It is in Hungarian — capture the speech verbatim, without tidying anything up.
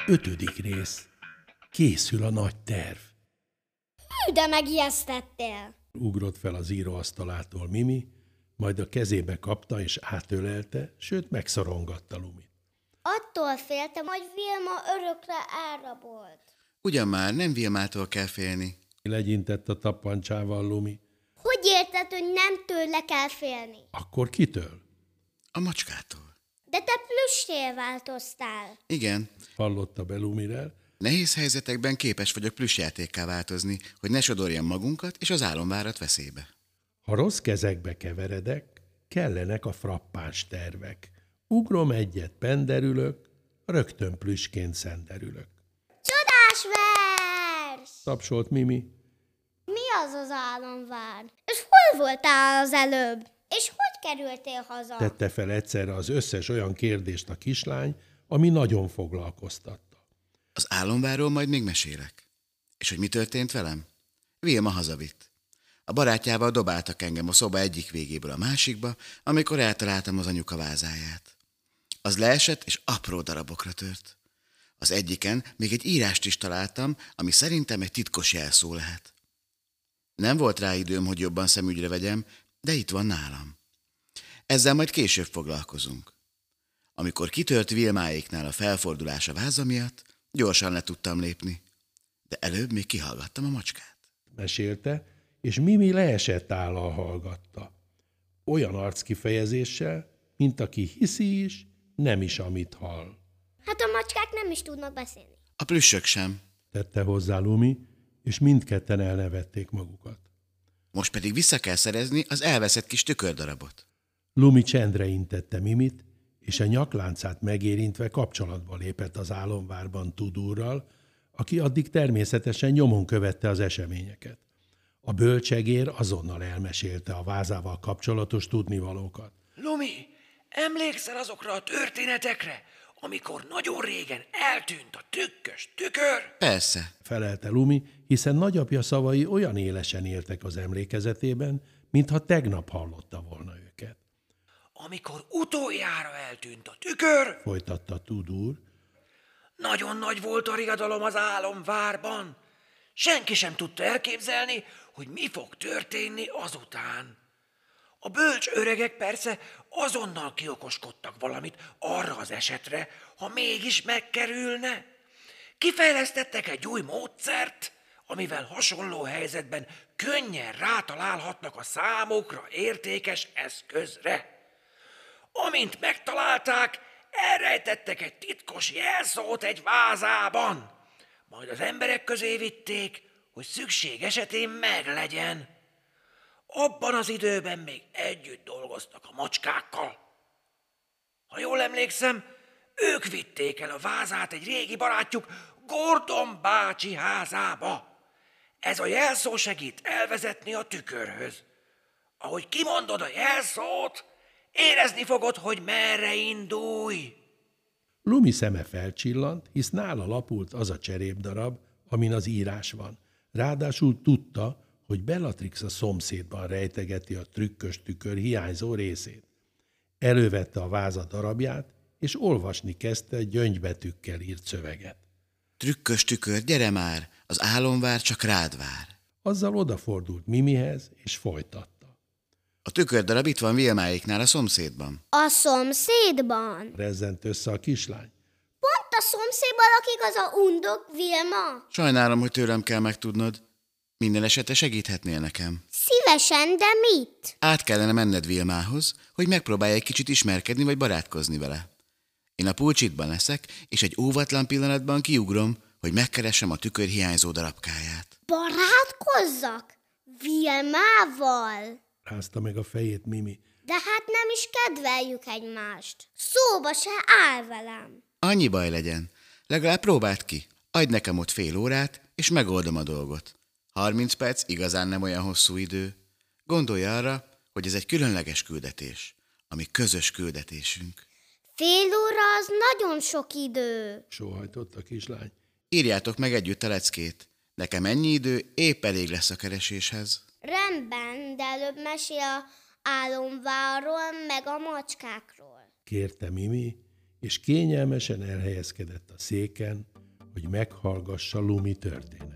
Ötödik rész. Készül a nagy terv. Hű, de megijesztettél! Ugrott fel az íróasztalától Mimi, majd a kezébe kapta és átölelte, sőt megszorongatta Lumit. Attól féltem, hogy Vilma örökre elrabolt. Ugyan már, nem Vilmától kell félni. Legyintett a tappancsával Lumi. Hogy érted, hogy nem tőle kell félni? Akkor kitől? A macskától. De te plüssé változtál. Igen, Hallotta be Lumirel. nehéz helyzetekben képes vagyok plüssjátékká változni, hogy ne sodorjam magunkat és az álomvárat veszélybe. Ha rossz kezekbe keveredek, kellenek a frappáns tervek. Ugrom egyet, penderülök, rögtön plüssként szenderülök. Csodás vers! Tapsolt Mimi. Mi az az álomvár? És hol voltál az előbb? És hogy kerültél haza? Tette fel egyszerre az összes olyan kérdést a kislány, ami nagyon foglalkoztatta. Az álomvárról majd még mesélek. És hogy mi történt velem? Vilma hazavitt. A barátjával dobáltak engem a szoba egyik végéből a másikba, amikor eltaláltam az anyuka vázáját. Az leesett, és apró darabokra tört. Az egyiken még egy írást is találtam, ami szerintem egy titkos jelszó lehet. Nem volt rá időm, hogy jobban szemügyre vegyem, de itt van nálam. Ezzel majd később foglalkozunk. Amikor kitört Vilmáéknál a felfordulás a váza miatt, gyorsan le tudtam lépni, de előbb még kihallgattam a macskát. Mesélte, és Mimi leesett állal hallgatta. Olyan arckifejezéssel, mint aki hiszi is, nem is amit hall. Hát a macskák nem is tudnak beszélni. A plüssök sem. Tette hozzá Lumi, és mindketten elnevették magukat. Most pedig vissza kell szerezni az elveszett kis tükördarabot. Lumi csendre intette Mimit, és a nyakláncát megérintve kapcsolatba lépett az álomvárban Tudurral, aki addig természetesen nyomon követte az eseményeket. A bölcsegér azonnal elmesélte a vázával kapcsolatos tudnivalókat. Lumi, emlékszel azokra a történetekre, amikor nagyon régen eltűnt a trükkös tükör? Persze. Felelte Lumi, hiszen nagyapja szavai olyan élesen éltek az emlékezetében, mintha tegnap hallotta volna őket. Amikor utoljára eltűnt a tükör, Folytatta Tudur. nagyon nagy volt a riadalom az álomvárban. Senki sem tudta elképzelni, hogy mi fog történni azután. A bölcs öregek persze azonnal kiokoskodtak valamit arra az esetre, ha mégis megkerülne. Kifejlesztettek egy új módszert, amivel hasonló helyzetben könnyen rátalálhatnak a számukra értékes eszközre. Amint megtalálták, elrejtettek egy titkos jelszót egy vázában, majd az emberek közé vitték, hogy szükség esetén meglegyen. Abban az időben még együtt dolgoztak a macskákkal. Ha jól emlékszem, ők vitték el a vázát egy régi barátjuk Gordon bácsi házába. Ez a jelszó segít elvezetni a tükörhöz. Ahogy kimondod a jelszót, érezni fogod, hogy merre indulj. Lumi szeme felcsillant, hisz nála lapult az a cserépdarab, amin az írás van. Ráadásul tudta, hogy Bellatrix a szomszédban rejtegeti a trükkös tükör hiányzó részét. Elővette a váza darabját, és olvasni kezdte gyöngybetűkkel írt szöveget. Trükkös tükör, gyere már, az álomvár csak rád vár. Azzal odafordult Mimihez, és folytatta. A tükördarab itt van Vilmáéknál a szomszédban. A szomszédban? Rezzent össze a kislány. Pont a szomszédban lakik az a undok Vilma? Sajnálom, hogy tőlem kell megtudnod. Minden esetre segíthetnél nekem. Szívesen, de mit? Át kellene menned Vilmához, hogy megpróbálj egy kicsit ismerkedni vagy barátkozni vele. Én a pulcsitban leszek, és egy óvatlan pillanatban kiugrom, hogy megkeressem a tükör hiányzó darabkáját. Barátkozzak? Vilmával? Rázta meg a fejét Mimi. De hát nem is kedveljük egymást. Szóba se áll velem. Annyi baj legyen. Legalább próbáld ki. Adj nekem ott fél órát, és megoldom a dolgot. Harminc perc igazán nem olyan hosszú idő. Gondolj arra, hogy ez egy különleges küldetés, ami közös küldetésünk. Fél óra az nagyon sok idő. Sóhajtott a kislány. Írjátok meg együtt a leckét. Nekem ennyi idő épp elég lesz a kereséshez. Rendben, de előbb mesél a álomvárról, meg a macskákról. Kérte Mimi, és kényelmesen elhelyezkedett a széken, hogy meghallgassa Lumi történetét.